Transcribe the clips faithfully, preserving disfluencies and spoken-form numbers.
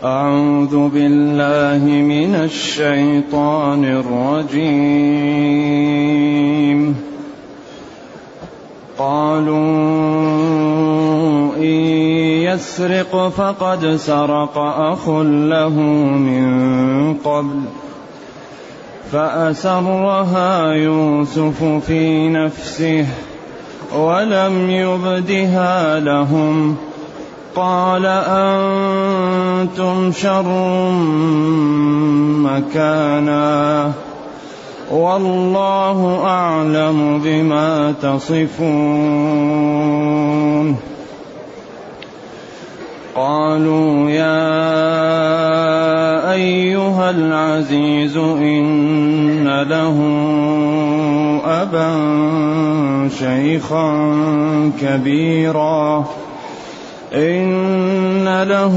أعوذ بالله من الشيطان الرجيم. قالوا إن يسرق فقد سرق أخ له من قبل فأسرها يوسف في نفسه ولم يبدها لهم قال أنتم شر مكانا والله أعلم بما تصفون. قالوا يا أيها العزيز إن له أبا شيخا كبيرا إن له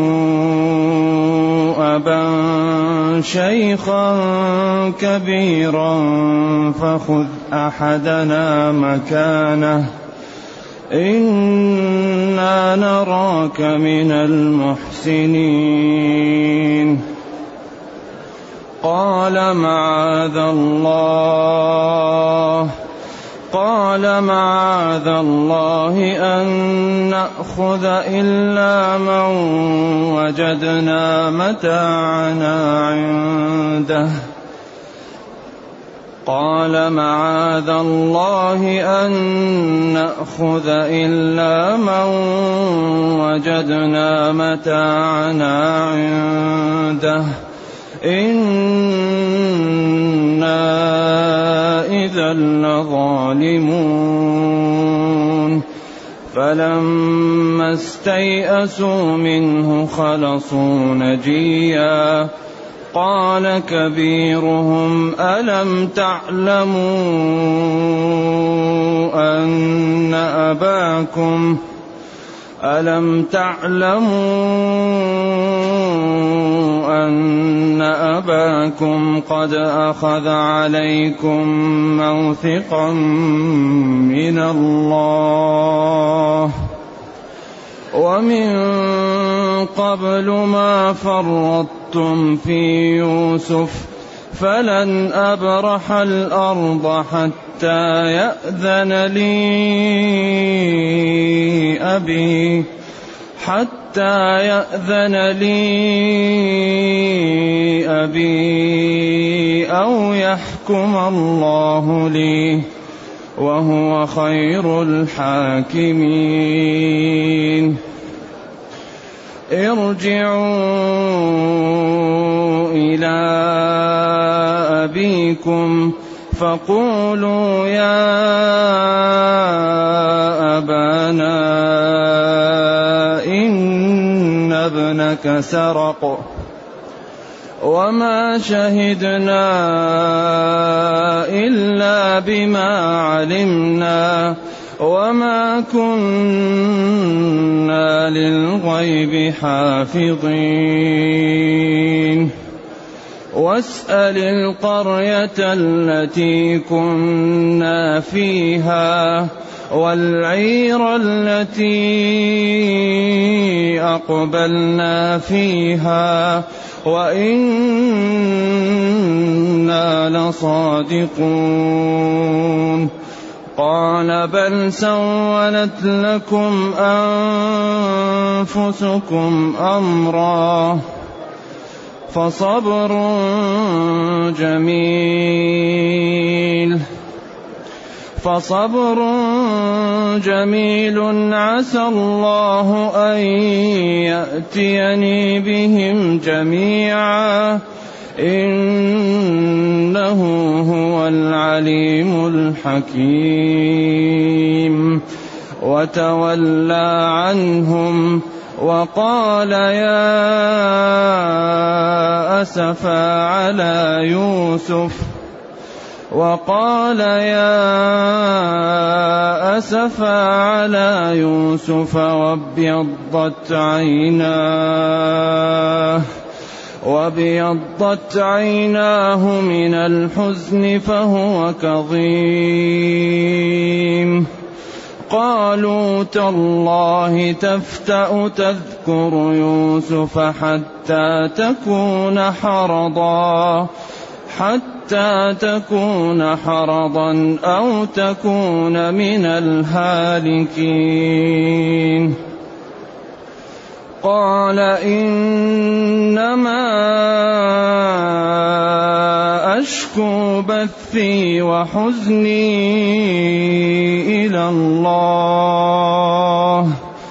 أبا شيخا كبيرا فخذ أحدنا مكانه إنا نراك من المحسنين. قال معاذ الله قال معاذ الله أن نأخذ إلا من وجدنا متاعنا عنده قال معاذ الله أن نأخذ إلا من وجدنا متاعنا عنده إنا إذا لظالمون. فلما استيئسوا منه خلصوا نجيا قال كبيرهم ألم تعلموا أن أباكم ألم تعلموا أن أباكم قد أخذ عليكم موثقا من الله ومن قبل ما فرطتم في يوسف فلن أبرح الأرض حتى يأذن لي أبي حتى يأذن لي أبي أو يحكم الله لي وهو خير الحاكمين. ارجعوا إلى أبيكم فقولوا يا أبانا إن ابنك سرق وما شهدنا إلا بما علمنا وما كنا للغيب حافظين. واسأل القرية التي كنا فيها والعير التي أقبلنا فيها وإنا لصادقون. قال بل سولت لكم أنفسكم أمرا فصبر جميل فصبر جميل عسى الله أن يأتيني بهم جميعا إنه هو العليم الحكيم. وتولى عنهم وقال يا أسفا على يوسف وقال يا أسفا على يوسف وابيضت عيناه وابيضت عيناه من الحزن فهو كظيم. قالوا تالله تفتأ تذكر يوسف حتى تكون حرضا حتى تكون حرضا أو تكون من الهالكين. قال إنما أشكو بثي وحزني إلى الله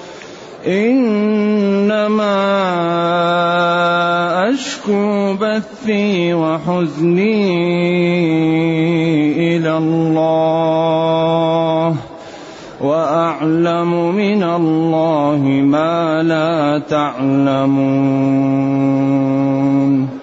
إنما أشكو بثي وحزني إلى الله وأعلم من الله ما لا تعلمون.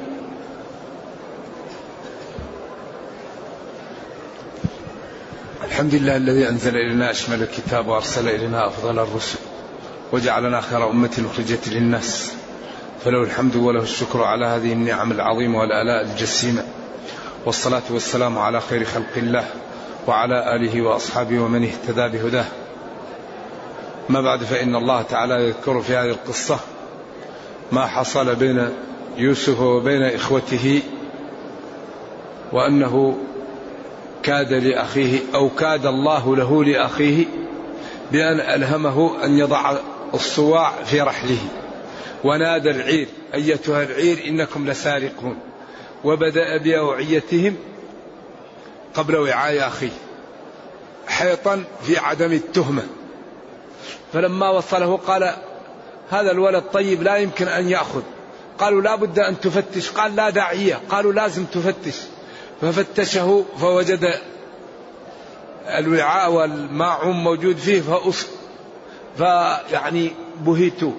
الحمد لله الذي أنزل إلينا أشمل الكتاب وأرسل إلينا أفضل الرسل وجعلنا خير أمة أخرجت للناس، فله الحمد وله الشكر على هذه النعم العظيمة والآلاء الجسيمة، والصلاة والسلام على خير خلق الله وعلى آله وأصحابه ومن اهتدى بهداه. ما بعد، فإن الله تعالى يذكر في هذه القصة ما حصل بين يوسف وبين إخوته، وأنه كاد لأخيه أو كاد الله له لأخيه بأن ألهمه أن يضع الصواع في رحله، ونادى العير أيتها العير إنكم لسارقون، وبدأ بأوعيتهم قبل وعاء أخيه حيطا في عدم التهمة. فلما وصله قال هذا الولد طيب لا يمكن أن يأخذ. قالوا لا بد أن تفتش. قال لا داعية. قالوا لازم تفتش. ففتشه فوجد الوعاء والماعون موجود فيه فأص فيعني بهيتوا.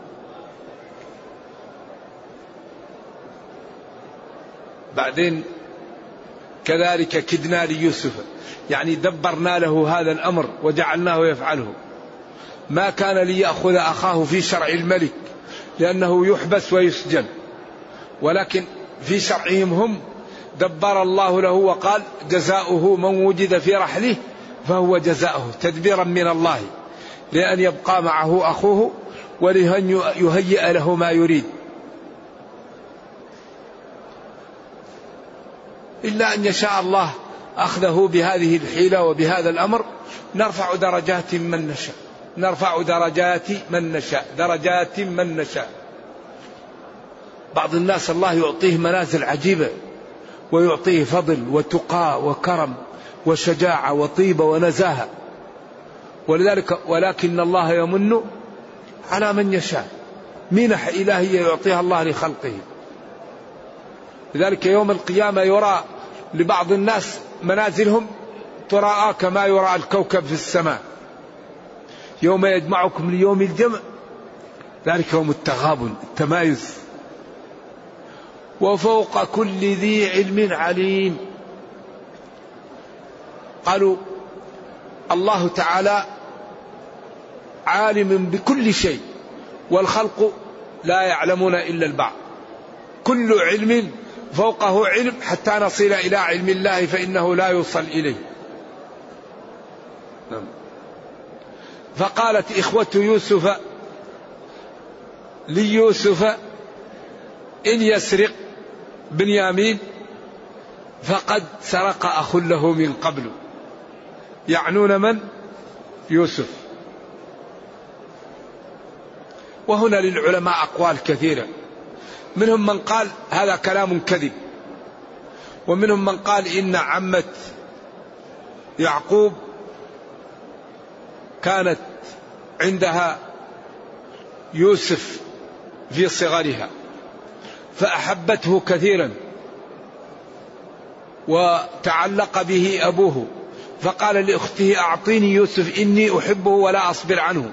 بعدين كذلك كدنا ليوسف، يعني دبرنا له هذا الأمر وجعلناه يفعله. ما كان ليأخذ أخاه في شرع الملك لأنه يحبس ويسجن، ولكن في شرعهم هم دبر الله له وقال جزاؤه من وجد في رحله فهو جزاؤه، تدبيرا من الله لأن يبقى معه أخوه ولأن يهيئ له ما يريد. إلا أن يشاء الله أخذه بهذه الحيلة وبهذا الأمر. نرفع درجات من نشاء، نرفع درجات من نشاء، درجات من نشاء. بعض الناس الله يعطيه منازل عجيبة ويعطيه فضل وتقى وكرم وشجاعة وطيبة ونزاهة، ولذلك ولكن الله يمن على من يشاء، منح إلهية يعطيها الله لخلقه. لذلك يوم القيامة يرى لبعض الناس منازلهم تراءى كما يرى الكوكب في السماء. يوم يجمعكم ليوم الجمع ذلك يوم التغابن، التمايز. وفوق كل ذي علم عليم. قالوا الله تعالى عالم بكل شيء والخلق لا يعلمون إلا البعض. كل علم فوقه علم حتى نصل إلى علم الله فإنه لا يوصل إليه. فقالت إخوة يوسف ليوسف إن يسرق بنيامين فقد سرق أخ له من قبل، يعنون من؟ يوسف. وهنا للعلماء أقوال كثيرة، منهم من قال هذا كلام كذب، ومنهم من قال إن عمة يعقوب كانت عندها يوسف في صغرها فأحبته كثيرا وتعلق به أبوه، فقال لأخته أعطيني يوسف إني أحبه ولا أصبر عنه.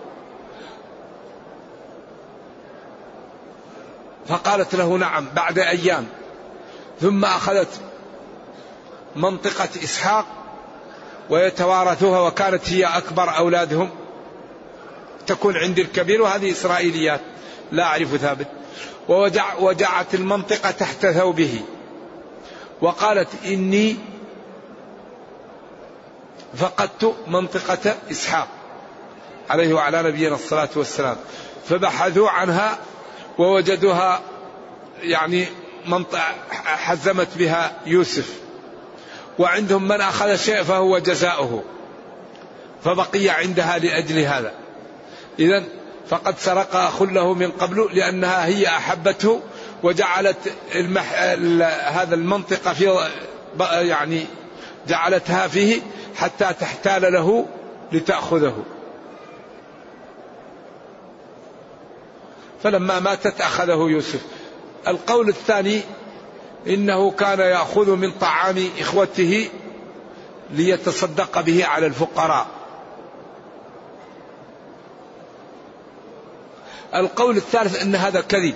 فقالت له نعم بعد أيام، ثم أخذت منطقة إسحاق ويتوارثوها، وكانت هي أكبر أولادهم تكون عند الكبير، وهذه إسرائيليات لا أعرف ثابت. ووجع وجعت المنطقة تحت ثوبه وقالت إني فقدت منطقة إسحاق عليه وعلى نبينا الصلاة والسلام، فبحثوا عنها ووجدوها يعني منطقة حزمت بها يوسف، وعندهم من أخذ شيء فهو جزاؤه، فبقي عندها لأجل هذا. إذن فقد سرق أخ له من قبل لأنها هي أحبته وجعلت المح... هذا المنطقة في يعني جعلتها فيه حتى تحتال له لتأخذه. فلما ماتت أخذه يوسف. القول الثاني إنه كان يأخذ من طعام إخوته ليتصدق به على الفقراء. القول الثالث أن هذا كذب،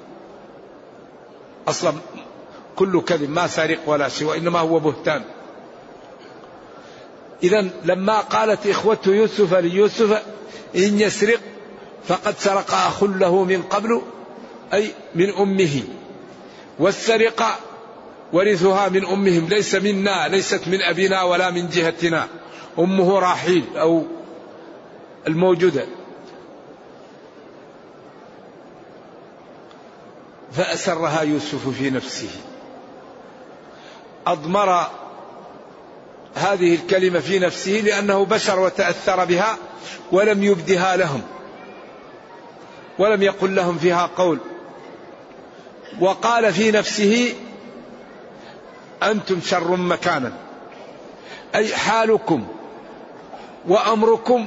أصلا كل كذب، ما سارق ولا شيء، وإنما هو بهتان. إذن لما قالت إخوة يوسف ليوسف إن يسرق فقد سرق أخ له من قبل، أي من أمه، والسرقة ورثها من أمهم، ليس منا، ليست من أبينا ولا من جهتنا، أمه راحيل أو الموجودة. فأسرها يوسف في نفسه، أضمر هذه الكلمة في نفسه لأنه بشر وتأثر بها ولم يبدها لهم ولم يقل لهم فيها قول، وقال في نفسه أنتم شر مكانا، أي حالكم وأمركم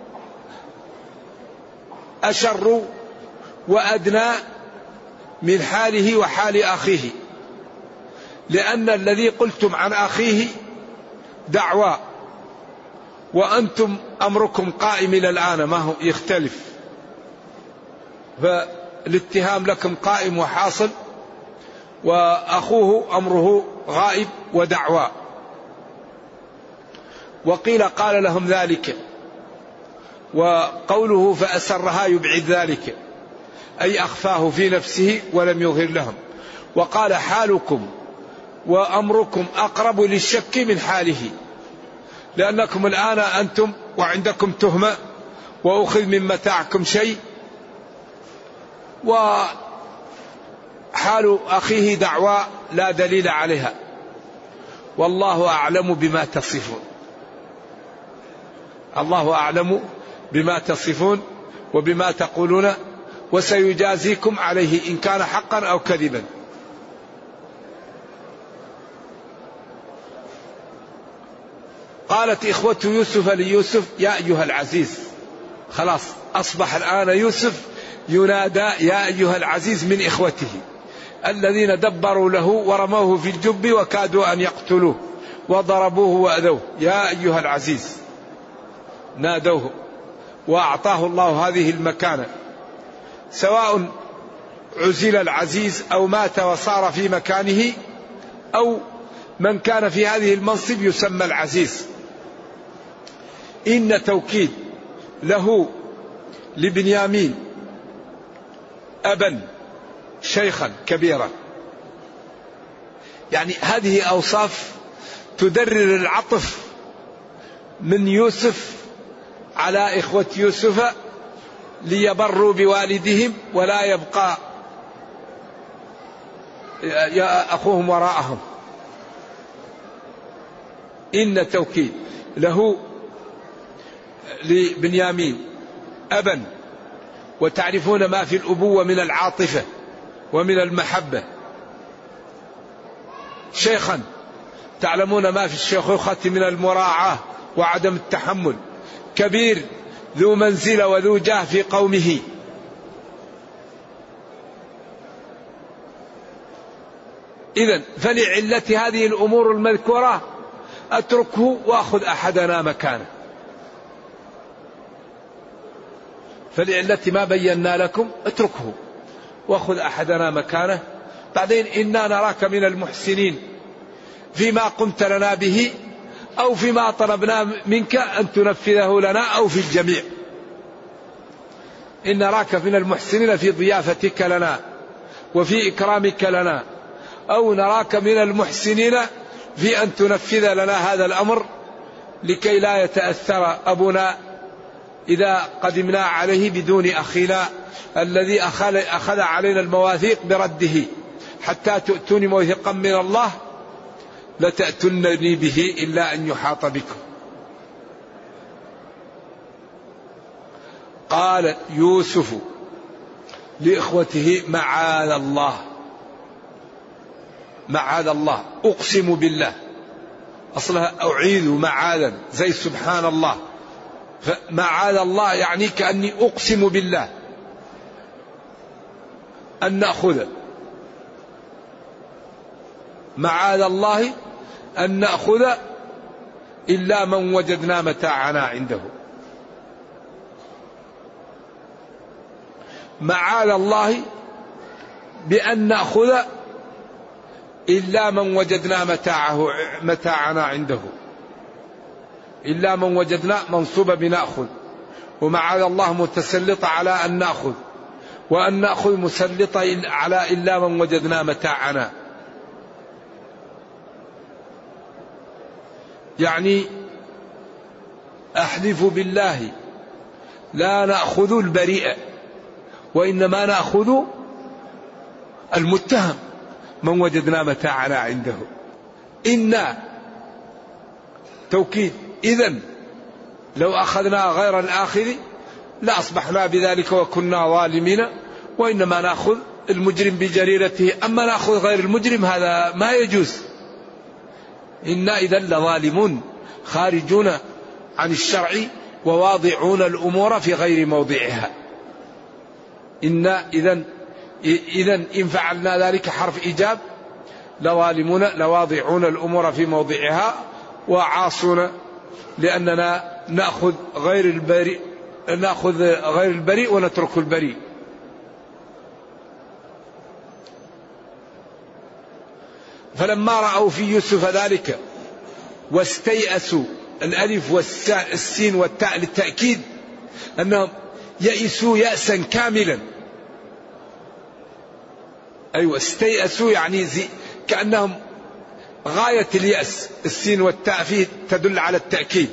أشر وأدنى من حاله وحال أخيه، لأن الذي قلتم عن أخيه دعوى وأنتم أمركم قائم إلى الآن ما هو يختلف، فالاتهام لكم قائم وحاصل، وأخوه أمره غائب ودعوى. وقيل قال لهم ذلك، وقوله فأسرها يبعد ذلك، أي أخفاه في نفسه ولم يظهر لهم. وقال حالكم وأمركم أقرب للشك من حاله، لأنكم الآن أنتم وعندكم تهمة وأخذ من متاعكم شيء، وحال أخيه دعوى لا دليل عليها، والله أعلم بما تصفون. الله أعلم بما تصفون وبما تقولون، وسيجازيكم عليه إن كان حقا أو كذبا. قالت إخوة يوسف ليوسف يا أيها العزيز، خلاص أصبح الآن يوسف ينادى يا أيها العزيز من إخوته الذين دبروا له ورموه في الجب وكادوا أن يقتلوه وضربوه وأذوه، يا أيها العزيز نادوه، وأعطاه الله هذه المكانة. سواء عزل العزيز أو مات وصار في مكانه، أو من كان في هذه المنصب يسمى العزيز. إن توكيد له لبنيامين أبا شيخا كبيرا، يعني هذه أوصاف تدرر العطف من يوسف على إخوة يوسف ليبروا بوالدهم ولا يبقى يا أخوهم وراءهم. إن توكيد له لبنيامين أبا، وتعرفون ما في الأبوة من العاطفة ومن المحبة. شيخا، تعلمون ما في الشيخوخة من المراعاة وعدم التحمل. كبير، ذو منزلة وذو جاه في قومه. إذن فلعلة هذه الأمور المذكورة أتركه وأخذ أحدنا مكانه، فلعلة ما بينا لكم اتركه وأخذ أحدنا مكانه. بعدين إنا نراك من المحسنين فيما قمت لنا به أو فيما طلبنا منك أن تنفذه لنا أو في الجميع. إن نراك من المحسنين في ضيافتك لنا وفي إكرامك لنا، أو نراك من المحسنين في أن تنفذ لنا هذا الأمر لكي لا يتأثر أبونا إذا قدمنا عليه بدون أخينا الذي أخذ علينا المواثيق برده، حتى تؤتوني موثقا من الله لتأتونني به إلا أن يحاط بكم. قال يوسف لإخوته معاذ الله، معاذ الله، أقسم بالله، أصلها أعيذ معاذا زي سبحان الله، فمعاذ الله يعني كأني أقسم بالله أن نأخذ، معاذ الله أن نأخذ إلا من وجدنا متاعنا عنده. معاذ الله بأن نأخذ إلا من وجدنا متاعه متاعنا عنده، إلا من وجدنا منصوبة بنأخذ، ومعاذ الله متسلطة على أن نأخذ، وأن نأخذ مسلطة على إلا من وجدنا متاعنا. يعني أحلف بالله لا نأخذ البريء، وإنما نأخذ المتهم من وجدنا متاعنا عنده. إنا توكيد، إذن لو أخذنا غير الآخر لأصبحنا بذلك وكنا ظالمين، وإنما نأخذ المجرم بجريرته، أما نأخذ غير المجرم هذا ما يجوز. إنا إذن لظالمون خارجون عن الشرع وواضعون الأمور في غير موضعها. إنا إذن إذن إن فعلنا ذلك حرف إيجاب لظالمون لواضعون الأمور في موضعها وعاصون، لأننا نأخذ غير البريء نأخذ غير البريء ونترك البريء. فلما رأوا في يوسف ذلك واستيأسوا، الألف والسين والتاء للتأكيد، أنهم يئسوا يأسا كاملا. أيوة، استيأسوا يعني زي كأنهم غاية اليأس، السين والتاء فيه تدل على التأكيد.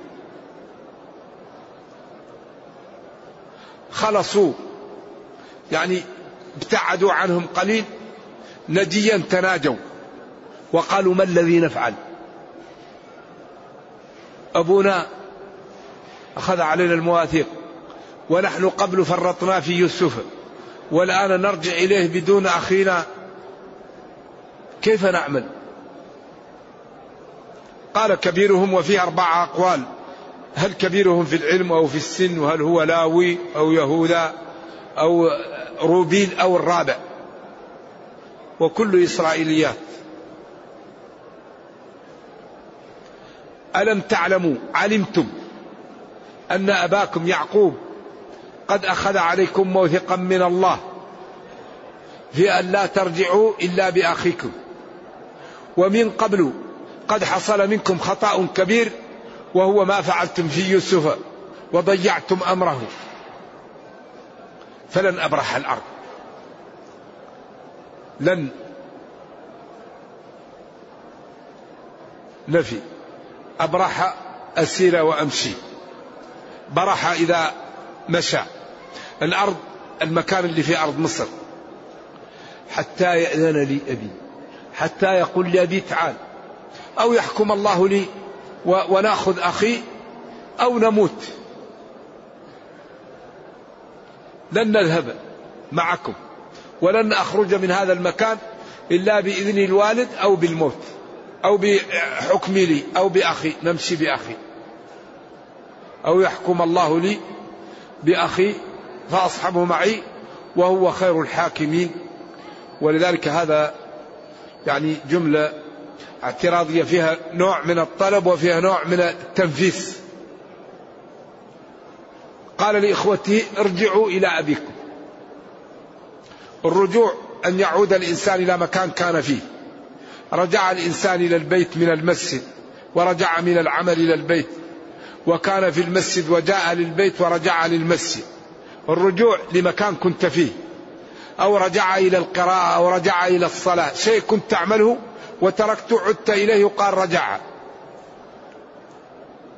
خلصوا يعني ابتعدوا عنهم قليل، نجيا تناجوا وقالوا ما الذي نفعل؟ أبونا أخذ علينا المواثيق، ونحن قبل فرطنا في يوسف، والآن نرجع إليه بدون أخينا، كيف نعمل؟ قال كبيرهم، وفيه أربع أقوال، هل كبيرهم في العلم أو في السن، وهل هو لاوي أو يهوذا أو روبين أو الرابع، وكل إسرائيليات. ألم تعلموا، علمتم أن أباكم يعقوب قد أخذ عليكم موثقا من الله في أن لا ترجعوا إلا بأخيكم، ومن قبل قد حصل منكم خطأ كبير وهو ما فعلتم في يوسف وضيعتم أمره، فلن أبرح الأرض، لن نفي أبرح أسير وأمشي، برح إذا مشى الأرض، المكان اللي في أرض مصر، حتى يأذن لي أبي، حتى يقول لي أبي تعال، أو يحكم الله لي ونأخذ أخي أو نموت، لن نذهب معكم ولن أخرج من هذا المكان إلا بإذن الوالد أو بالموت أو بحكمي لي أو بأخي، نمشي بأخي، أو يحكم الله لي بأخي فأصحبه معي وهو خير الحاكمين. ولذلك هذا يعني جملة اعتراضية فيها نوع من الطلب وفيها نوع من التنفيس. قال لإخوته ارجعوا إلى أبيكم. الرجوع أن يعود الإنسان إلى مكان كان فيه. رجع الإنسان إلى البيت من المسجد، ورجع من العمل إلى البيت، وكان في المسجد وجاء للبيت ورجع للمسجد. الرجوع لمكان كنت فيه، أو رجع إلى القراءة أو رجع إلى الصلاة، شيء كنت تعمله وتركت عدت إليه قال رجع.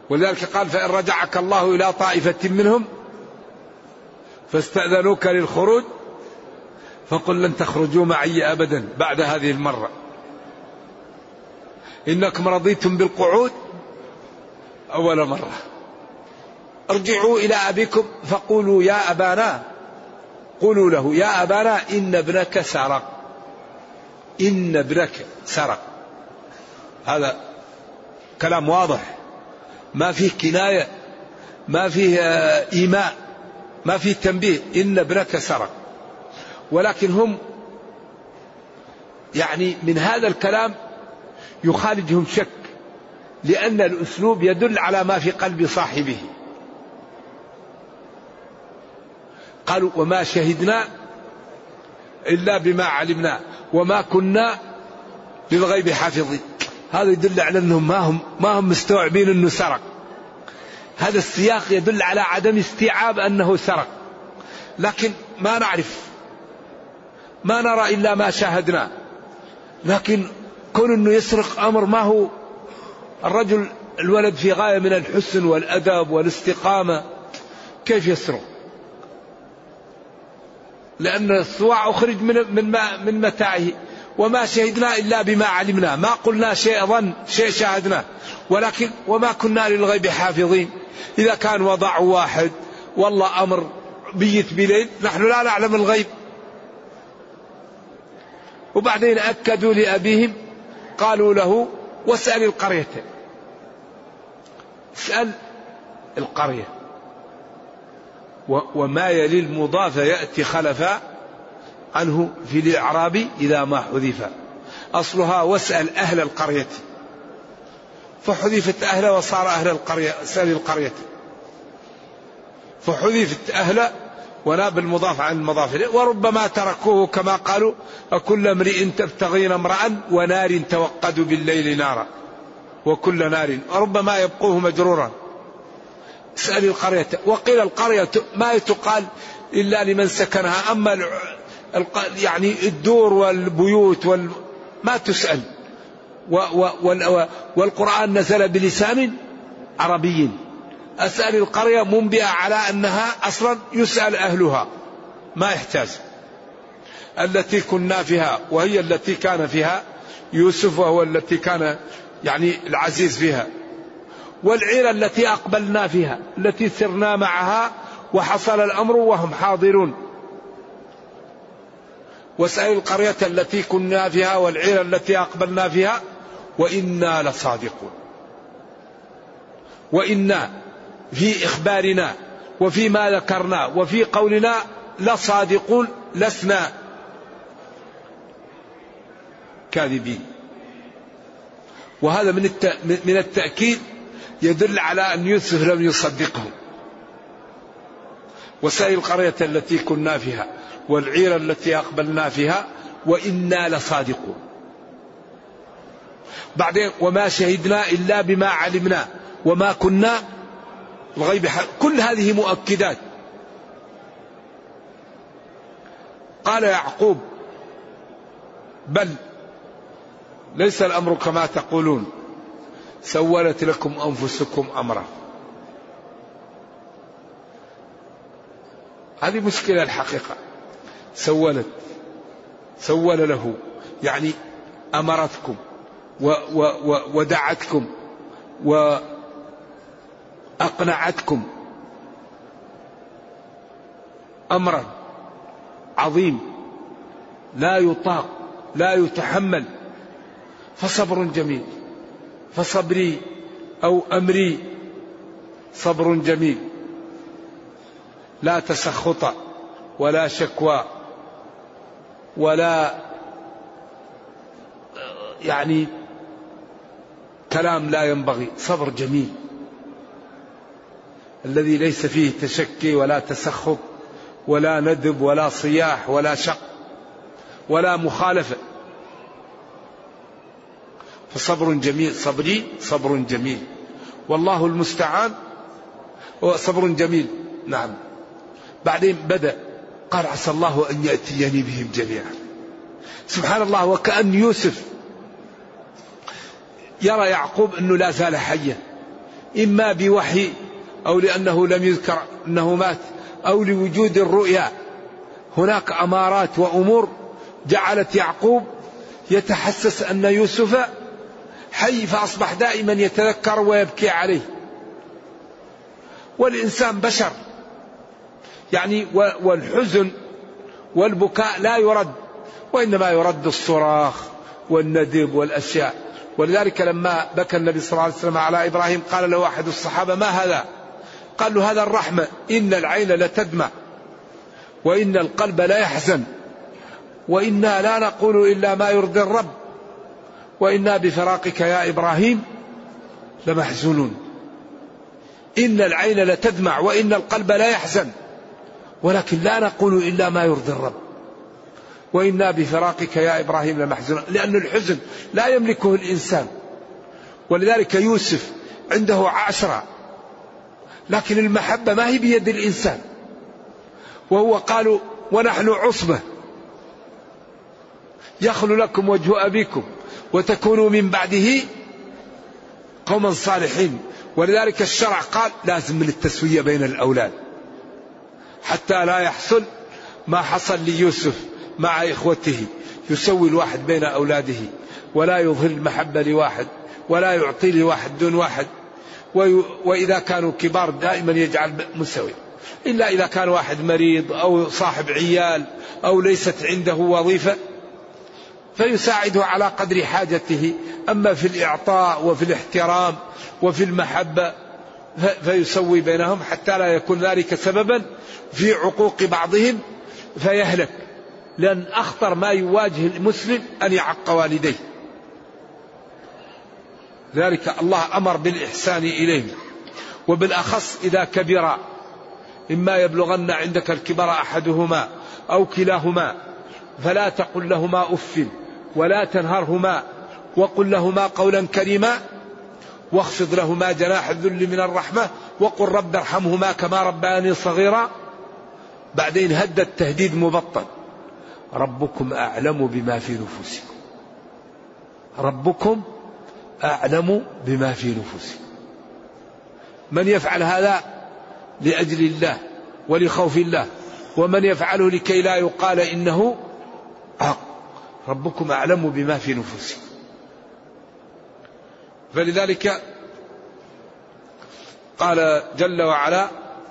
ولذلك قال فإن رجعك الله إلى طائفة منهم فاستأذنوك للخروج فقل لن تخرجوا معي أبدا بعد هذه المرة إنكم رضيتم بالقعود أول مرة. ارجعوا إلى أبيكم فقولوا يا أبانا قولوا له يا أبانا إن ابنك سرق إن ابنك سرق. هذا كلام واضح ما فيه كناية ما فيه إيماء ما فيه تنبيه إن ابنك سرق. ولكن هم يعني من هذا الكلام يخالجهم شك لأن الأسلوب يدل على ما في قلب صاحبه. قالوا وما شهدنا إلا بما علمنا وما كنا للغيب حافظين. هذا يدل على أنهم ما هم ما هم مستوعبين أنه سرق. هذا السياق يدل على عدم استيعاب أنه سرق. لكن ما نعرف ما نرى إلا ما شاهدنا. لكن كون أنه يسرق أمر ما هو الرجل الولد في غاية من الحسن والأدب والاستقامة كيف يسرق؟ لأن الصواع أخرج من من من متاعه. وما شهدنا إلا بما علمنا ما قلنا شيء ظن شيء شاهدنا. ولكن وما كنا للغيب حافظين. إذا كان وضع واحد والله أمر بيت بليل نحن لا نعلم الغيب. وبعدين أكدوا لأبيهم قالوا له واسأل القرية اسأل القرية وما يلي المضاف يأتي خلفا عنه في الإعراب إذا ما حذف. أصلها واسأل أهل القرية فحذفت أهل وصار أهل القرية اسأل القرية فحذفت أهل وناب المضاف عن المضاف إليه. وربما تركوه كما قالوا أكل امرئ تبتغين امرأ ونار توقد بالليل نارا وكل نار وربما يبقوه مجرورا. اسأل القرية. وقيل القرية ما تقال إلا لمن سكنها. أما يعني الدور والبيوت وال ما تسأل. والقرآن نزل بلسان عربي. أسأل القرية منبئة على أنها أصلا يسأل أهلها ما يحتاج. التي كنا فيها وهي التي كان فيها يوسف وهو التي كان يعني العزيز فيها. والعيرة التي أقبلنا فيها التي سرنا معها وحصل الأمر وهم حاضرون. واسأل القرية التي كنا فيها والعيرة التي أقبلنا فيها وإنا لصادقون. وإنا في إخبارنا وفيما ذكرنا وفي قولنا لصادقون لسنا كاذبين. وهذا من من التأكيد يدل على أن يوسف لم يصدقه. وسائل القرية التي كنا فيها والعير التي أقبلنا فيها وإنا لصادقون. بعدين وما شهدنا إلا بما علمنا وما كنا الغيب. كل هذه مؤكدات. قال يعقوب بل ليس الأمر كما تقولون سولت لكم أنفسكم أمرا. هذه مشكلة الحقيقة. سولت سول له يعني أمرتكم و و و ودعتكم وأقنعتكم أمرا عظيم لا يطاق لا يتحمل. فصبر جميل. فصبري أو أمري صبر جميل لا تسخط ولا شكوى ولا يعني كلام لا ينبغي. صبر جميل الذي ليس فيه تشكي ولا تسخط ولا ندب ولا صياح ولا شق ولا مخالفة. فصبر جميل. صبري صبر جميل والله المستعان. صبر جميل نعم. بعدين بدأ قال عسى الله أن يأتيني بهم جميعا. سبحان الله. وكأن يوسف يرى يعقوب أنه لا زال حيا إما بوحي أو لأنه لم يذكر أنه مات أو لوجود الرؤيا. هناك أمارات وأمور جعلت يعقوب يتحسس أن يوسف حي، فأصبح دائما يتذكر ويبكي عليه. والإنسان بشر يعني، والحزن والبكاء لا يرد، وإنما يرد الصراخ والندب والأشياء. ولذلك لما بكى النبي صلى الله عليه وسلم على إبراهيم قال له أحد الصحابة: ما هذا؟ قال له: هذا الرحمة، إن العين لتدمع وإن القلب لا يحزن وإنا لا نقول إلا ما يرضي الرب وإنا بفراقك يا إبراهيم لمحزونون. إن العين لتدمع وإن القلب لا يحزن ولكن لا نقول إلا ما يرضي الرب وإنا بفراقك يا إبراهيم لمحزونون. لأن الحزن لا يملكه الإنسان. ولذلك يوسف عنده عشرة، لكن المحبة ما هي بيد الإنسان. وهو قالوا: ونحن عصبة يخلو لكم وجه أبيكم وتكونوا من بعده قوما صالحين. ولذلك الشرع قال لازم من التسوية بين الأولاد حتى لا يحصل ما حصل ليوسف مع إخوته، يسوي الواحد بين أولاده ولا يظهر المحبة لواحد ولا يعطي لواحد دون واحد. وإذا كانوا كبار دائما يجعل مسوي، إلا إذا كان واحد مريض أو صاحب عيال أو ليست عنده وظيفة فيساعده على قدر حاجته. أما في الإعطاء وفي الاحترام وفي المحبة فيسوي بينهم حتى لا يكون ذلك سببا في عقوق بعضهم فيهلك. لأن أخطر ما يواجه المسلم أن يعق والديه. ذلك الله أمر بالإحسان إليهم، وبالأخص إذا كبرا، إما يبلغن عندك الكبر أحدهما أو كلاهما فلا تقل لهما أف ولا تنهرهما وقل لهما قولا كريما واخفض لهما جناح الذل من الرحمة وقل رب ارحمهما كما ربياني صغيرا. بعدين هدد تهديد مبطن: ربكم أعلم بما في نفوسكم. ربكم أعلم بما في نفوسكم. من يفعل هذا لأجل الله ولخوف الله، ومن يفعله لكي لا يقال إنه حق. ربكم أعلم بما في نفوسكم. فلذلك قال جل وعلا: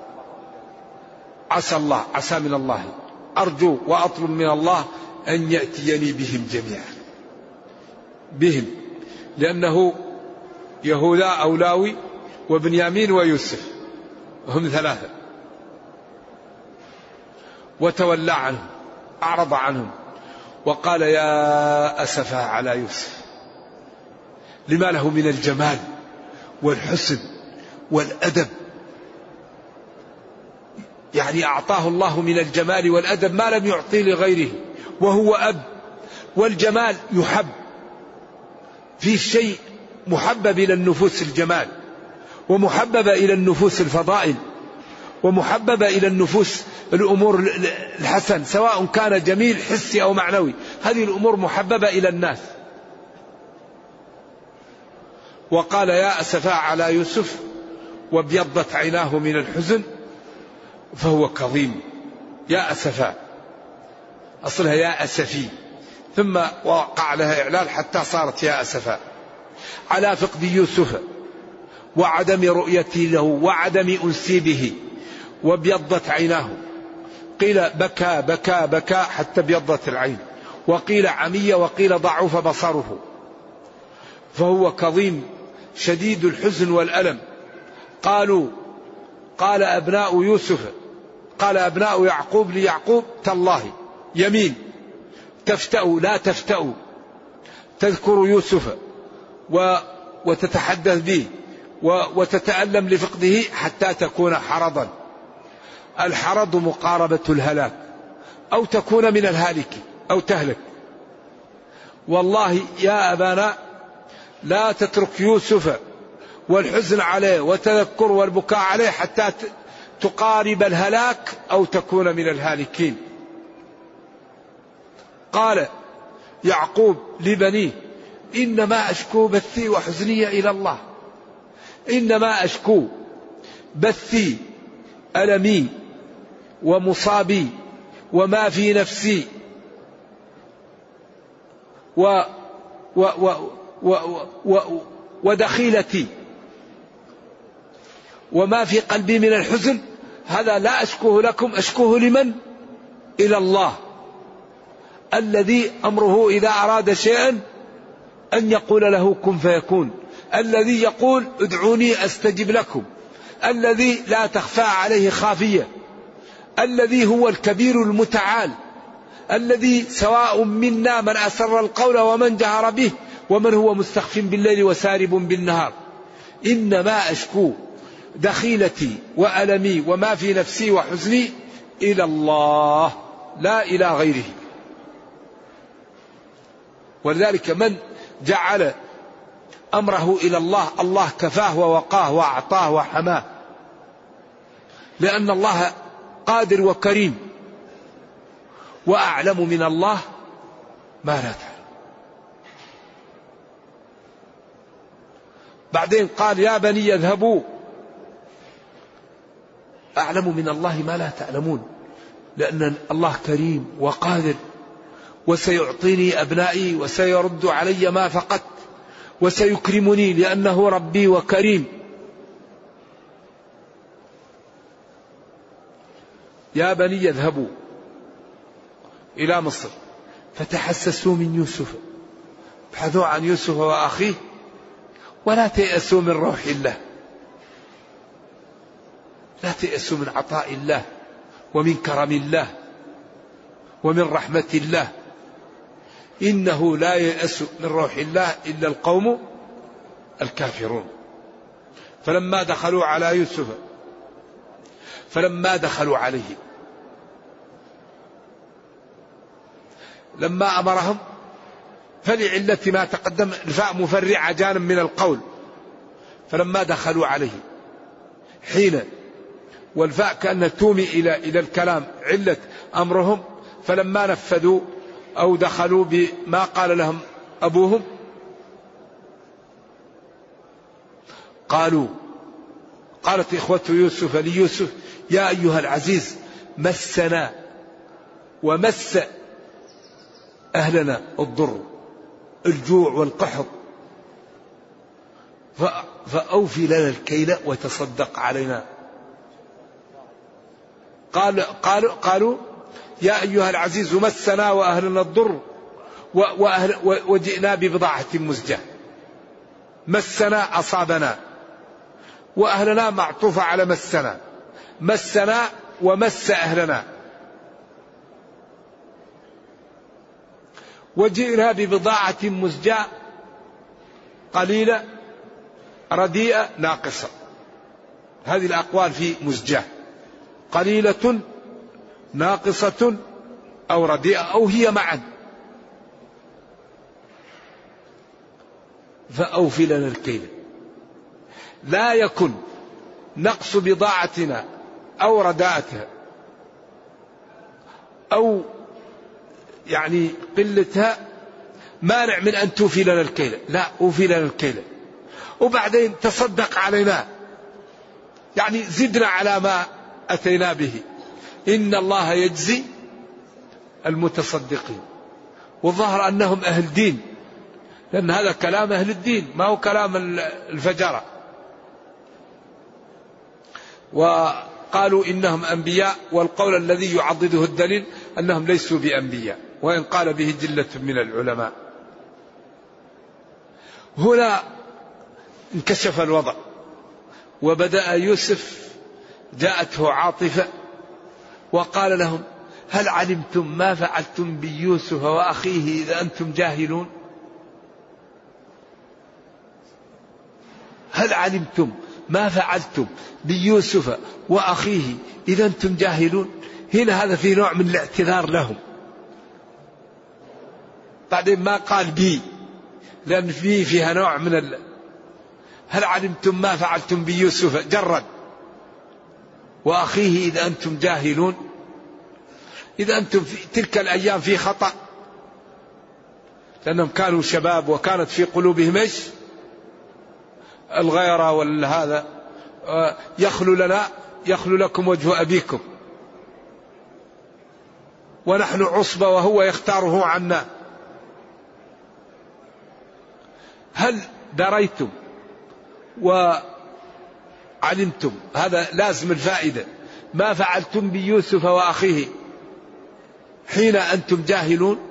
عسى الله، عسى من الله، أرجو وأطلب من الله أن يأتيني بهم جميعا. بهم لأنه يهوذا أو لاوي وبنيامين ويوسف هم ثلاثة. وتولى عنهم، أعرض عنهم وقال: يا أسفا على يوسف، لما له من الجمال والحسن والأدب. يعني أعطاه الله من الجمال والأدب ما لم يعطي لغيره، وهو أب. والجمال يحب، في شيء محبب إلى النفوس الجمال، ومحبب إلى النفوس الفضائل، ومحبب إلى النفوس الأمور الحسن، سواء كان جميل حسي أو معنوي. هذه الأمور محببة إلى الناس. وقال: يا أسفا على يوسف، وابيضت عيناه من الحزن فهو كظيم. يا أسفا أصلها يا أسفي، ثم وقع لها إعلال حتى صارت يا أسفا، على فقد يوسف وعدم رؤيتي له وعدم أنسي به، وابيضت عيناه. قيل بكى بكى بكى حتى ابيضت العين، وقيل عمي، وقيل ضعف بصره. فهو كظيم شديد الحزن والألم. قالوا قال أبناء يوسف، قال أبناء يعقوب ليعقوب: تالله، يمين، تفتأوا لا تفتأوا، تذكر يوسف و وتتحدث به وتتألم لفقده حتى تكون حرضا. الحرض مقاربة الهلاك، أو تكون من الهالك أو تهلك. والله يا أبانا لا تترك يوسف والحزن عليه وتذكر والبكاء عليه حتى تقارب الهلاك أو تكون من الهالكين. قال يعقوب لبنيه: إنما أشكو بثي وحزني إلى الله. إنما أشكو بثي ألمي ومصابي وما في نفسي و و و و و ودخيلتي وما في قلبي من الحزن، هذا لا أشكوه لكم، أشكوه لمن؟ إلى الله الذي أمره إذا أراد شيئا أن يقول له كن فيكون، الذي يقول ادعوني أستجب لكم، الذي لا تخفى عليه خافية، الذي هو الكبير المتعال، الذي سواء منا من أسر القول ومن جهر به ومن هو مستخف بالليل وسارب بالنهار. إنما أشكو دخيلتي وألمي وما في نفسي وحزني إلى الله لا إلى غيره. ولذلك من جعل أمره إلى الله الله كفاه ووقاه وأعطاه وحماه، لأن الله قادر وكريم، وأعلم من الله ما لا تعلم. بعدين قال يا بني اذهبوا، أعلم من الله ما لا تعلمون، لأن الله كريم وقادر، وسيعطيني أبنائي وسيرد علي ما فقدت وسيكرمني لأنه ربي وكريم. يا بني اذهبوا إلى مصر فتحسسوا من يوسف، ابحثوا عن يوسف وأخيه ولا تيأسوا من روح الله، لا تيأسوا من عطاء الله ومن كرم الله ومن رحمة الله. إنه لا ييأس من روح الله إلا القوم الكافرون. فلما دخلوا على يوسف فلما دخلوا عليه لما أمرهم، فلعلة ما تقدم الفاء مفرعة جانب من القول، فلما دخلوا عليه حين، والفاء كأنها تومي إلى إلى الكلام علة أمرهم، فلما نفذوا أو دخلوا بما قال لهم أبوهم قالوا، قالت إخوة يوسف ليوسف يا أيها العزيز مسنا ومس أهلنا الضر الجوع والقحط فأوفي لنا الكيل وتصدق علينا. قال قالوا قالوا يا أيها العزيز مسنا وأهلنا الضر وأهل وجئنا ببضاعة مزجاة. مسنا أصابنا، وأهلنا معطوفة على مسنا، مسنا ومس أهلنا. وجئنا ببضاعة مزجاة قليلة رديئة ناقصة، هذه الأقوال في مزجاة، قليلة ناقصة أو رديئة أو هي معا. فأوفي لنا الكيل، لا يكن نقص بضاعتنا أو رداءتها أو يعني قلتها مانع من أن توفي لنا الكيل، لا أوفي لنا الكيل، وبعدين تصدق علينا، يعني زدنا على ما أتينا به، إن الله يجزي المتصدقين. والظاهر أنهم أهل دين، لأن هذا كلام أهل الدين ما هو كلام الفجرة. وقالوا إنهم أنبياء، والقول الذي يعضده الدليل أنهم ليسوا بأنبياء، وإن قال به جلة من العلماء. هنا انكشف الوضع وبدأ يوسف جاءته عاطفة وقال لهم هل علمتم ما فعلتم بيوسف وأخيه إذا أنتم جاهلون؟ هل علمتم ما فعلتم بيوسف وأخيه إذا أنتم جاهلون؟ هنا هذا في نوع من الاعتذار لهم. بعدين ما قال بي، لأن في فيها نوع من ال... هل علمتم ما فعلتم بيوسف جرد وأخيه إذا أنتم جاهلون؟ إذا أنتم في تلك الأيام في خطأ، لأنهم كانوا شباب وكانت في قلوبهم إيش؟ الغيرة والهذا يخلو لنا يخلو لكم وجه أبيكم ونحن عصبة وهو يختاره عنا. هل دريتم وعلمتم، هذا لازم الفائدة، ما فعلتم بيوسف وأخيه حين أنتم جاهلون؟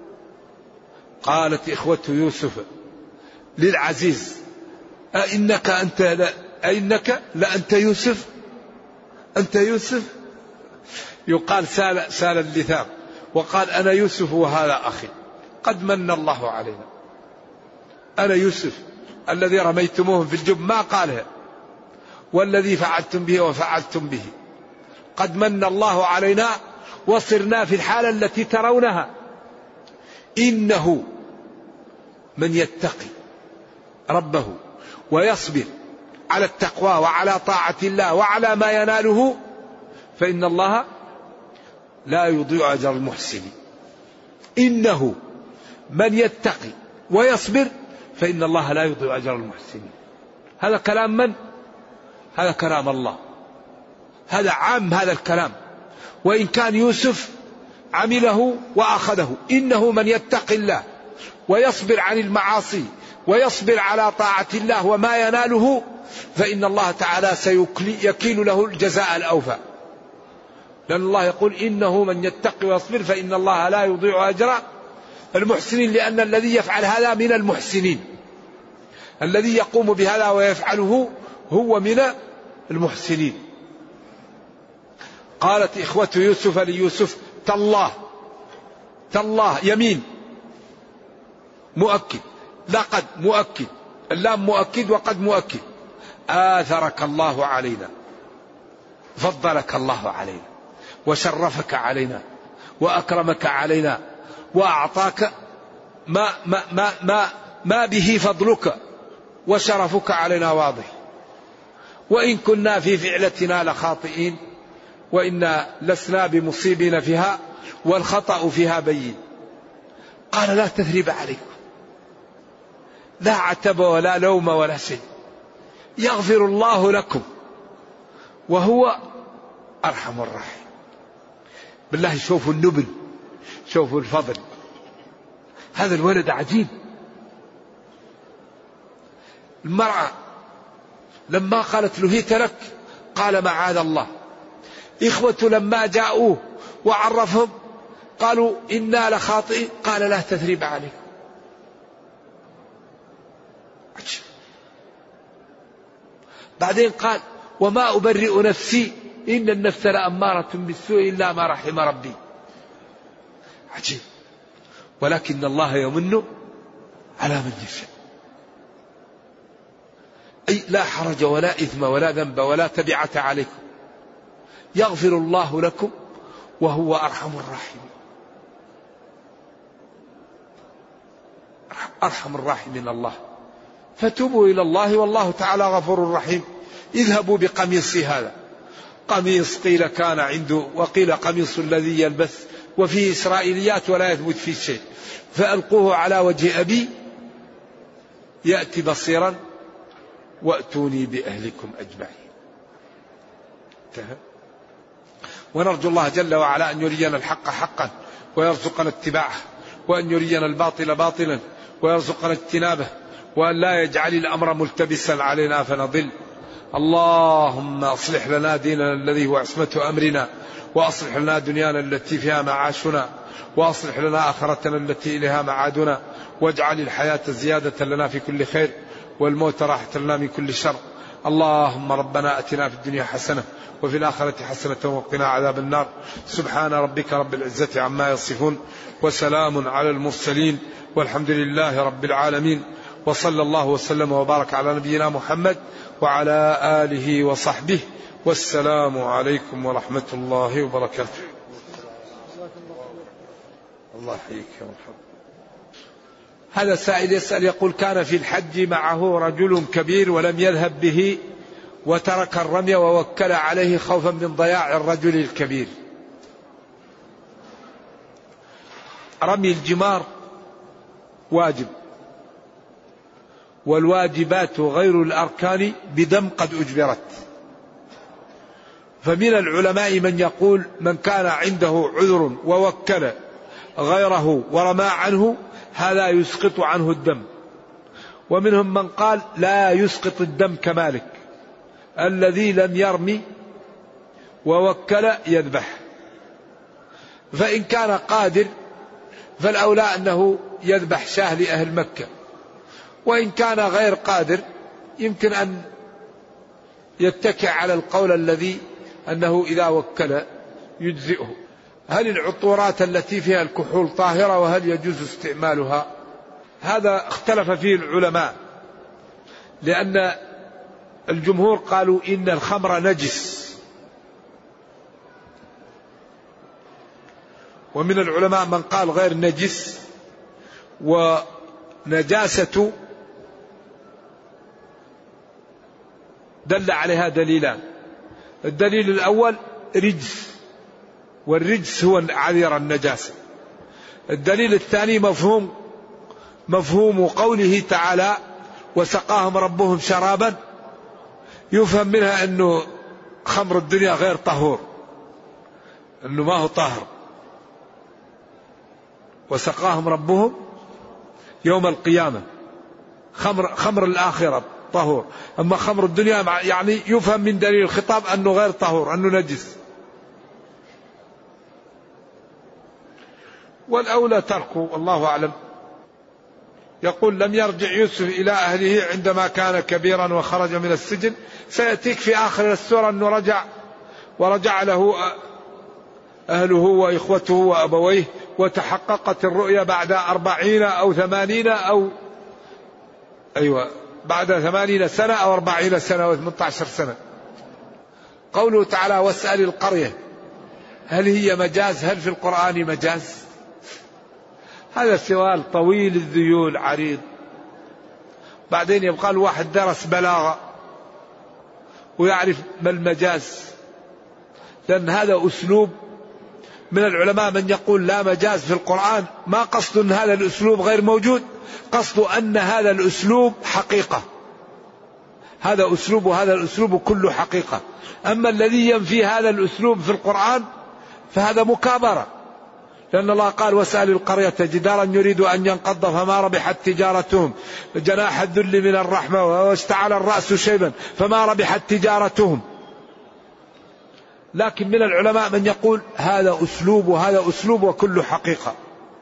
قالت إخوة يوسف للعزيز أئنك أنت لا أئنك لأنت يوسف، أنت يوسف. يقال سال, سال اللثام وقال أنا يوسف وهذا أخي، قد من الله علينا. أنا يوسف الذي رميتموهم في الجب، ما قالها، والذي فعلتم به وفعلتم به، قد من الله علينا وصرنا في الحالة التي ترونها. إنه من يتقي ربه ويصبر على التقوى وعلى طاعة الله وعلى ما يناله فإن الله لا يضيع أجر المحسنين. إنه من يتقي ويصبر فإن الله لا يضيع أجر المحسنين. هذا كلام من؟ هذا كلام الله، هذا عام هذا الكلام، وإن كان يوسف عمله وأخذه. إنه من يتقي الله ويصبر عن المعاصي ويصبر على طاعة الله وما يناله فإن الله تعالى سيكيل له الجزاء الأوفى، لأن الله يقول إنه من يتقي ويصبر فإن الله لا يضيع أجر المحسنين، لأن الذي يفعل هذا من المحسنين، الذي يقوم بهذا ويفعله هو من المحسنين. قالت إخوة يوسف ليوسف تالله، تالله يمين مؤكد، لقد مؤكد، اللام مؤكد وقد مؤكد. آثرك الله علينا، فضلك الله علينا وشرفك علينا وأكرمك علينا وأعطاك ما, ما, ما, ما, ما به فضلك وشرفك علينا واضح. وإن كنا في فعلتنا لخاطئين وإنا لسنا بمصيبين فيها والخطأ فيها بين. قال لا تثريب عليكم، لا عتب ولا لوم ولا شيء، يغفر الله لكم وهو أرحم الراحمين. بالله شوفوا النبل، شوفوا الفضل، هذا الولد عجيب. المرأة لما قالت له هيت لك قال معاذ الله. إخوة لما جاءوه وعرفهم قالوا إنا لخاطئين قال لا تثريب عليكم. بعدين قال وما أبرئ نفسي إن النفس لأمارة بالسوء إلا ما رحم ربي. عجيب. ولكن الله يمن على من يشاء. أي لا حرج ولا إثم ولا ذنب ولا تبعة عليكم، يغفر الله لكم وهو أرحم الراحمين. أرحم الراحمين الله. فتوبوا إلى الله والله تعالى غفور رحيم. اذهبوا بقميصي هذا، قميص قيل كان عنده وقيل قميص الذي يلبس، وفيه إسرائيليات ولا يثبت فيه شيء، فألقوه على وجه أبي يأتي بصيرا وأتوني بأهلكم أجمعين. انتهى. ونرجو الله جل وعلا أن يرينا الحق حقا ويرزقنا اتباعه، وأن يرينا الباطل باطلا ويرزقنا اجتنابه، وأن لا يجعل الأمر ملتبسا علينا فنضل. اللهم أصلح لنا ديننا الذي هو عصمة أمرنا، وأصلح لنا دنيانا التي فيها معاشنا، وأصلح لنا آخرتنا التي إليها معادنا، واجعل الحياة زيادة لنا في كل خير والموت راحة لنا من كل شر. اللهم ربنا أتنا في الدنيا حسنة وفي الآخرة حسنة وقنا عذاب النار. سبحان ربك رب العزة عما يصفون وسلام على المرسلين والحمد لله رب العالمين، وصلى الله وسلم وبارك على نبينا محمد وعلى آله وصحبه، والسلام عليكم ورحمة الله وبركاته. الله يحييك يا مرحبا. هذا السائل يسأل يقول كان في الحج معه رجل كبير ولم يذهب به وترك الرمي ووكل عليه خوفا من ضياع الرجل الكبير. رمي الجمار واجب، والواجبات غير الأركان بدم قد أجبرت. فمن العلماء من يقول من كان عنده عذر ووكل غيره ورمى عنه هذا يسقط عنه الدم، ومنهم من قال لا يسقط الدم كمالك الذي لم يرمي ووكل يذبح. فإن كان قادر فالأولى أنه يذبح شاه لأهل مكة، وإن كان غير قادر يمكن أن يتكئ على القول الذي أنه إذا وكل يجزئه. هل العطورات التي فيها الكحول طاهرة وهل يجوز استعمالها؟ هذا اختلف فيه العلماء، لأن الجمهور قالوا إن الخمر نجس، ومن العلماء من قال غير نجس. ونجاسة دل عليها دليلان، الدليل الأول رجس، والرجس هو عذر النجاسة. الدليل الثاني مفهوم مفهوم قوله تعالى وسقاهم ربهم شرابا، يفهم منها أنه خمر الدنيا غير طهور، أنه ما هو طاهر. وسقاهم ربهم يوم القيامة، خمر, خمر الآخرة طهور، أما خمر الدنيا يعني يفهم من دليل الخطاب أنه غير طهور، أنه نجس. والأولى تركه والله أعلم. يقول لم يرجع يوسف إلى أهله عندما كان كبيرا وخرج من السجن. سيأتيك في آخر السورة أنه رجع ورجع له أهله وإخوته وأبويه، وتحققت الرؤيا بعد أربعين أو ثمانين أو أيوة بعد ثمانين سنة أو أربعين سنة أو ثمانية عشر سنة. قوله تعالى واسأل القرية، هل هي مجاز؟ هل في القرآن مجاز؟ هذا سؤال طويل الذيول عريض. بعدين يبقى الواحد درس بلاغة ويعرف ما المجاز، لأن هذا أسلوب. من العلماء من يقول لا مجاز في القرآن، ما قصد أن هذا الأسلوب غير موجود، قصد أن هذا الأسلوب حقيقة، هذا أسلوب وهذا الأسلوب كله حقيقة. أما الذي ينفي هذا الأسلوب في القرآن فهذا مكابرة، لأن الله قال واسأل القرية جدارا يريد أن ينقض فما ربحت تجارتهم جناح الذل من الرحمة واشتعل الرأس شيبا فما ربحت تجارتهم. لكن من العلماء من يقول هذا أسلوب وهذا أسلوب وكله حقيقة،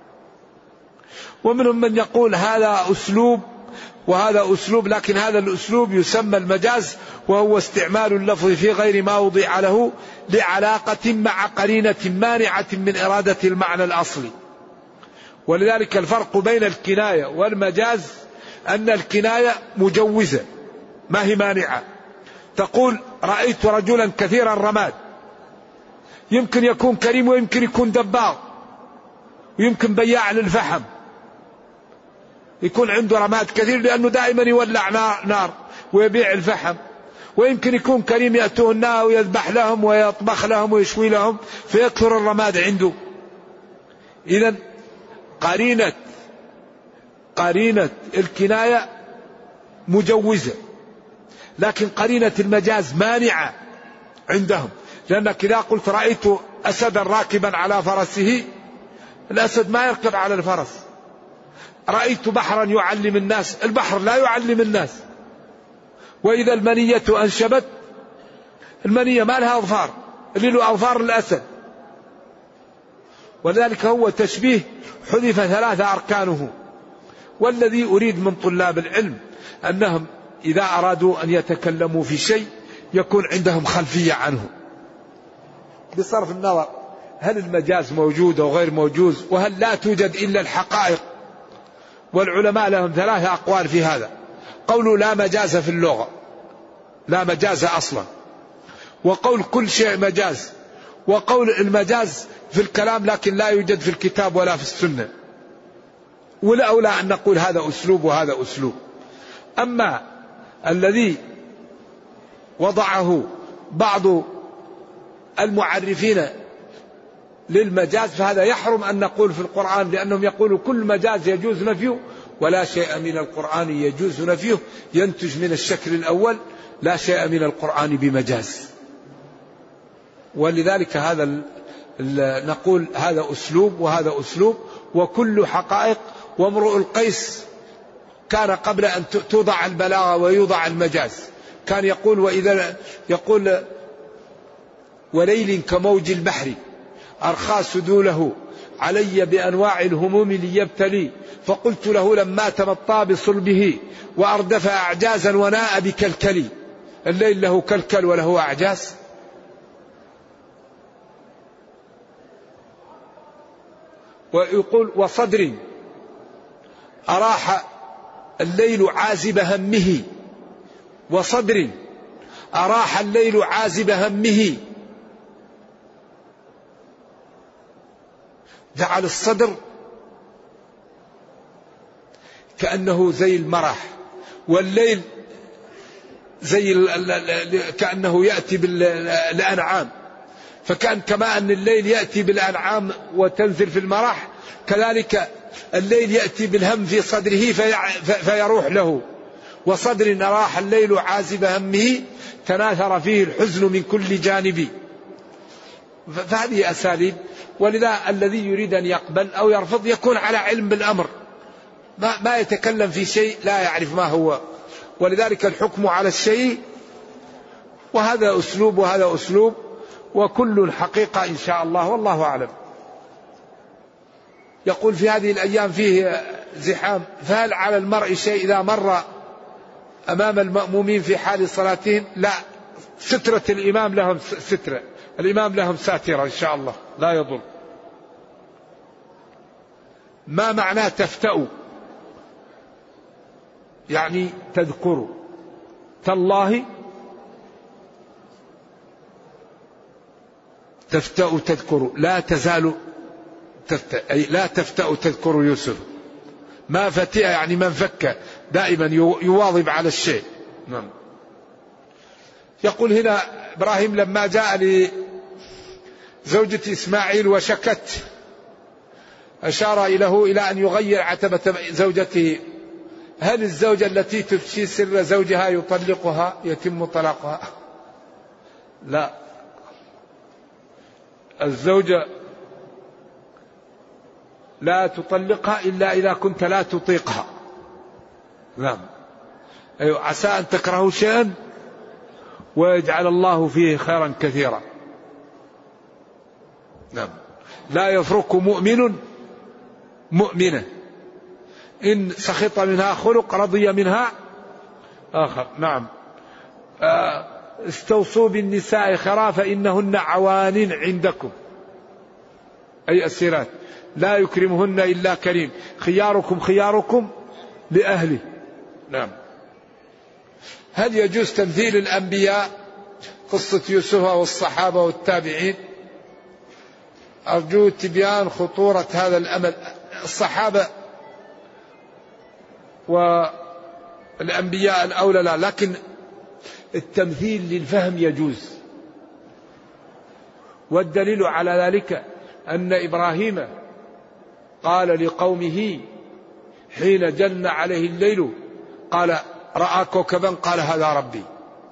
ومنهم من يقول هذا أسلوب وهذا أسلوب، لكن هذا الأسلوب يسمى المجاز، وهو استعمال اللفظ في غير ما وضع له لعلاقة مع قرينة مانعة من إرادة المعنى الأصلي. ولذلك الفرق بين الكناية والمجاز أن الكناية مجوزة ما هي مانعة. تقول رأيت رجلا كثير الرماد، يمكن يكون كريم ويمكن يكون دباغ ويمكن بياع للفحم، يكون عنده رماد كثير لأنه دائما يولع نار ويبيع الفحم، ويمكن يكون كريم يأتوه النار ويذبح لهم ويطبخ لهم ويشوي لهم فيكثر الرماد عنده. إذن قرينة قرينة الكناية مجوزة، لكن قرينة المجاز مانعة عندهم، لأنك إذا قلت رأيت أسدا راكبا على فرسه، الأسد ما يركب على الفرس. رأيت بحرا يعلم الناس، البحر لا يعلم الناس. وإذا المنية أنشبت، المنية ما لها أظفار، اللي له أظفار الأسد. ولذلك هو تشبيه حذف ثلاثة أركانه. والذي أريد من طلاب العلم أنهم إذا أرادوا أن يتكلموا في شيء يكون عندهم خلفية عنه، بصرف النظر هل المجاز موجود أو غير موجود، وهل لا توجد إلا الحقائق. والعلماء لهم ثلاثة أقوال في هذا. قولوا لا مجاز في اللغة، لا مجاز أصلا، وقول كل شيء مجاز، وقول المجاز في الكلام لكن لا يوجد في الكتاب ولا في السنة. والأولى أن نقول هذا أسلوب وهذا أسلوب. أما الذي وضعه بعض المعرفين للمجاز فهذا يحرم أن نقول في القرآن، لأنهم يقولوا كل مجاز يجوز نفيه ولا شيء من القرآن يجوز نفيه ينتج من الشكل الأول لا شيء من القرآن بمجاز. ولذلك هذا ال ال نقول هذا أسلوب وهذا أسلوب، وكل حقائق. وامرؤ القيس كان قبل أن توضع البلاغة ويوضع المجاز كان يقول وإذا يقول وليل كموج البحر أرخى سدوله علي بأنواع الهموم ليبتلي، فقلت له لما تمطى بصلبه وأردف أعجازا وناء بكلكلي. الليل له كلكل وله أعجاز. ويقول وصدر أراح الليل عازب همه، وصدر أراح الليل عازب همه. جعل الصدر كأنه زي المرح، والليل زي كأنه يأتي بالأنعام، فكان كما أن الليل يأتي بالأنعام وتنزل في المرح، كذلك الليل يأتي بالهم في صدره فيروح له. وصدر أراح الليل عازب همه تناثر فيه الحزن من كل جانب. فهذه أساليب. ولذا الذي يريد أن يقبل أو يرفض يكون على علم بالأمر، ما, ما يتكلم في شيء لا يعرف ما هو. ولذلك الحكم على الشيء، وهذا أسلوب وهذا أسلوب، وكل حقيقة إن شاء الله والله أعلم. يقول في هذه الأيام فيه زحام، فهل على المرء شيء إذا مر أمام المأمومين في حال صلاتهم؟ لا، سترة الإمام لهم سترة، الإمام لهم ساترة إن شاء الله لا يضر. ما معناه تفتأوا؟ يعني تذكروا. تالله تفتأوا تذكروا، لا تزالوا تفتأ، أي لا تفتأوا تذكروا يوسف. ما فتئ يعني من فك، دائما يواظب على الشيء. نعم. يقول هنا إبراهيم لما جاء لزوجة إسماعيل وشكت أشار إليه إلى أن يغير عتبة زوجته. هل الزوجة التي تفشي سر زوجها يطلقها يتم طلاقها؟ لا، الزوجة لا تطلقها إلا إذا كنت لا تطيقها. نعم. أيوة. عسى أن تكرهوا شيئا ويجعل الله فيه خيرا كثيرا. نعم. لا يفرق مؤمن مؤمنة إن سخط منها خلق رضي منها آخر. نعم. استوصوا بالنساء خيرا فإنهن عوان عندكم، أي أسيرات لا يكرمهن إلا كريم، خياركم خياركم لأهله. نعم. هل يجوز تمثيل الأنبياء؟ قصة يوسف والصحابة والتابعين. أرجو تبيان خطورة هذا الأمل. الصحابة والأنبياء الأولى لا، لكن التمثيل للفهم يجوز. والدليل على ذلك أن إبراهيم قال لقومه حين جن عليه الليل قال رأى كوكبا قال هذا ربي،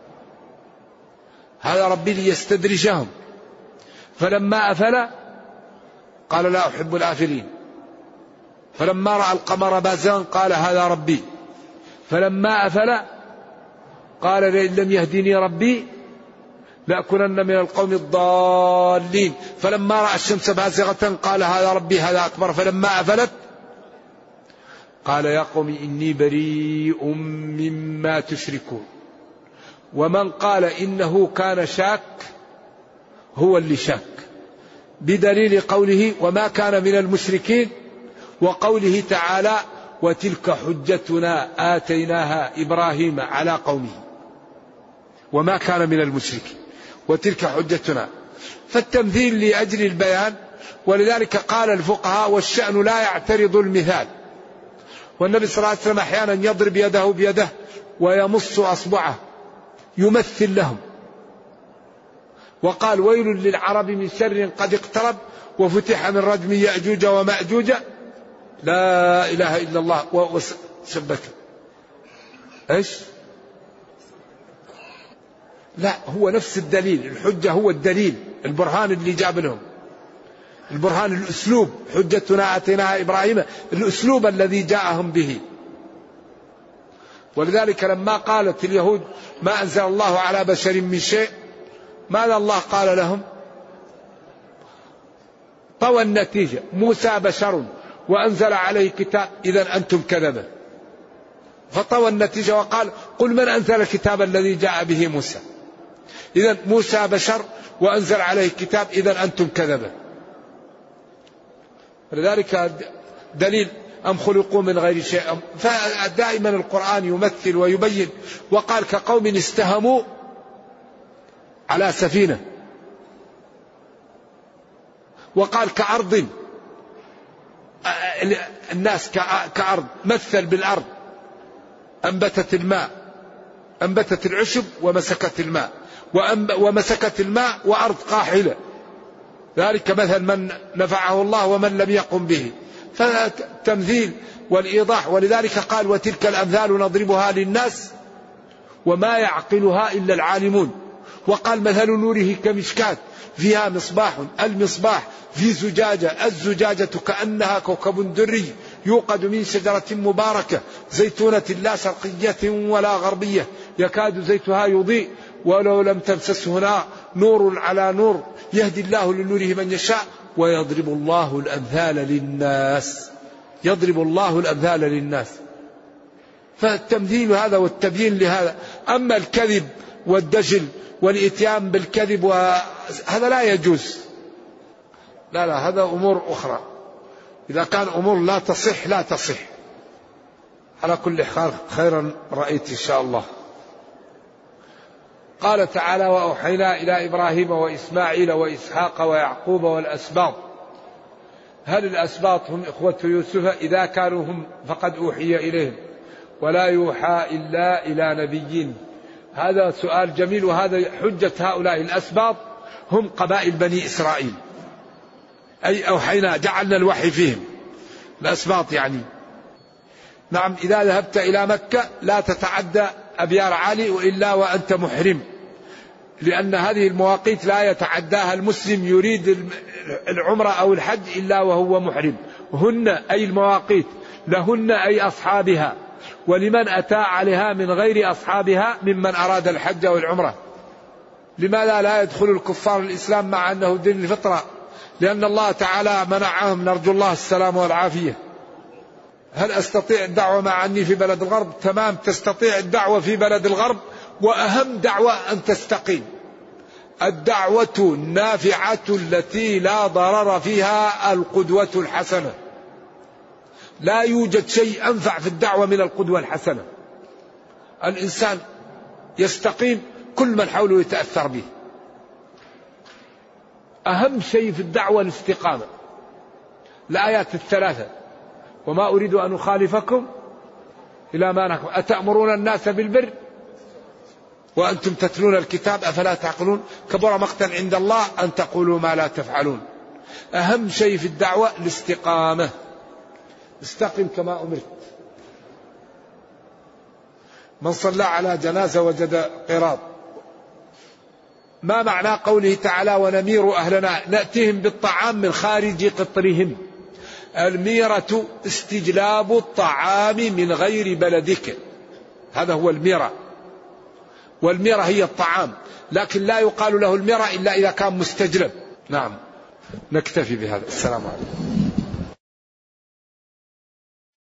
هذا ربي ليستدرجهم. فلما أفل قال لا أحب الآفلين. فلما رأى القمر بازغا قال هذا ربي. فلما أفل قال لئن لم يهدني ربي لأكونن من القوم الضالين. فلما رأى الشمس بازغة قال هذا ربي هذا أكبر. فلما أفلت قال يا قوم إني بريء مما تشركون. ومن قال إنه كان شاك هو اللي شاك، بدليل قوله وما كان من المشركين، وقوله تعالى وتلك حجتنا آتيناها إبراهيم على قومه. وما كان من المشركين وتلك حجتنا، فالتمثيل لأجل البيان. ولذلك قال الفقهاء والشأن لا يعترض المثال. والنبي صلى الله عليه وسلم أحيانا يضرب يده بيده ويمص أصبعه يمثل لهم. وقال ويل للعرب من شر قد اقترب وفتح من ردم يأجوج ومأجوج لا إله إلا الله وثبت. إيش؟ لا، هو نفس الدليل، الحجة هو الدليل، البرهان اللي جاب لهم، البرهان الأسلوب، حجتنا آتيناها إبراهيم، الأسلوب الذي جاءهم به. ولذلك لما قالت اليهود ما أنزل الله على بشر من شيء، ماذا الله قال لهم؟ طوى النتيجة، موسى بشر وأنزل عليه كتاب، إذا أنتم كذبة. فطوى النتيجة وقال قل من أنزل الكتاب الذي جاء به موسى، إذا موسى بشر وأنزل عليه كتاب، إذا أنتم كذبة. لذلك دليل أم خلقوا من غير شيء. فدائما القرآن يمثل ويبين. وقال كقوم استهموا على سفينة، وقال كأرض، الناس كأرض، مثل بالأرض أنبتت الماء، أنبتت العشب ومسكت الماء، ومسكت الماء وأرض قاحلة، ذلك مثل من نفعه الله ومن لم يقم به. فالتمثيل والإيضاح. ولذلك قال وتلك الأمثال نضربها للناس وما يعقلها إلا العالمون. وقال مثل نوره كمشكاة فيها مصباح، المصباح في زجاجة، الزجاجة كأنها كوكب دري يوقد من شجرة مباركة زيتونة لا شرقية ولا غربية يكاد زيتها يضيء ولو لم تمسسه نار، نور على نور يهدي الله لنوره من يشاء ويضرب الله الأمثال للناس. يضرب الله الأمثال للناس. فالتمثيل هذا والتبيين لهذا. أما الكذب والدجل والإتيان بالكذب هذا لا يجوز. لا لا، هذا أمور أخرى. إذا كان أمور لا تصح لا تصح. على كل حال خيرا رأيت إن شاء الله. قال تعالى وأوحينا إلى إبراهيم وإسماعيل وإسحاق ويعقوب والأسباط. هل الأسباط هم إخوة يوسف؟ إذا كانوا هم فقد أوحي إليهم، ولا يوحى إلا إلى نبيين. هذا سؤال جميل، وهذا حجة هؤلاء. الأسباط هم قبائل بني إسرائيل، أي أوحينا جعلنا الوحي فيهم. الأسباط يعني نعم. إذا ذهبت إلى مكة لا تتعدى أبيار علي وإلا وأنت محرم، لأن هذه المواقيت لا يتعداها المسلم يريد العمرة أو الحج إلا وهو محرم. هن أي المواقيت لهن أي أصحابها، ولمن أتى عليها من غير أصحابها ممن أراد الحج والعمرة. لماذا لا يدخل الكفار الإسلام مع أنه دين الفطرة؟ لأن الله تعالى منعهم، نرجو الله السلام والعافية. هل أستطيع الدعوة مع أني في بلد الغرب؟ تمام، تستطيع الدعوة في بلد الغرب، وأهم دعوة أن تستقيم. الدعوة النافعة التي لا ضرر فيها القدوة الحسنة. لا يوجد شيء أنفع في الدعوة من القدوة الحسنة. الإنسان يستقيم كل من حوله يتأثر به. أهم شيء في الدعوة الاستقامة. الآيات الثلاثة وما أريد أن أخالفكم إلى ما نحكم أتأمرون الناس بالبر وأنتم تتلون الكتاب أفلا تعقلون كبر مقتا عند الله أن تقولوا ما لا تفعلون. أهم شيء في الدعوة الاستقامة. استقم كما أمرت. من صلى على جنازة وجد قراط. ما معنى قوله تعالى ونمير أهلنا؟ نأتيهم بالطعام من خارج قطرهم. الميرة استجلاب الطعام من غير بلدك، هذا هو الميرة. والميرة هي الطعام، لكن لا يقال له الميرة إلا إذا كان مستجلب. نعم، نكتفي بهذا. السلام عليكم.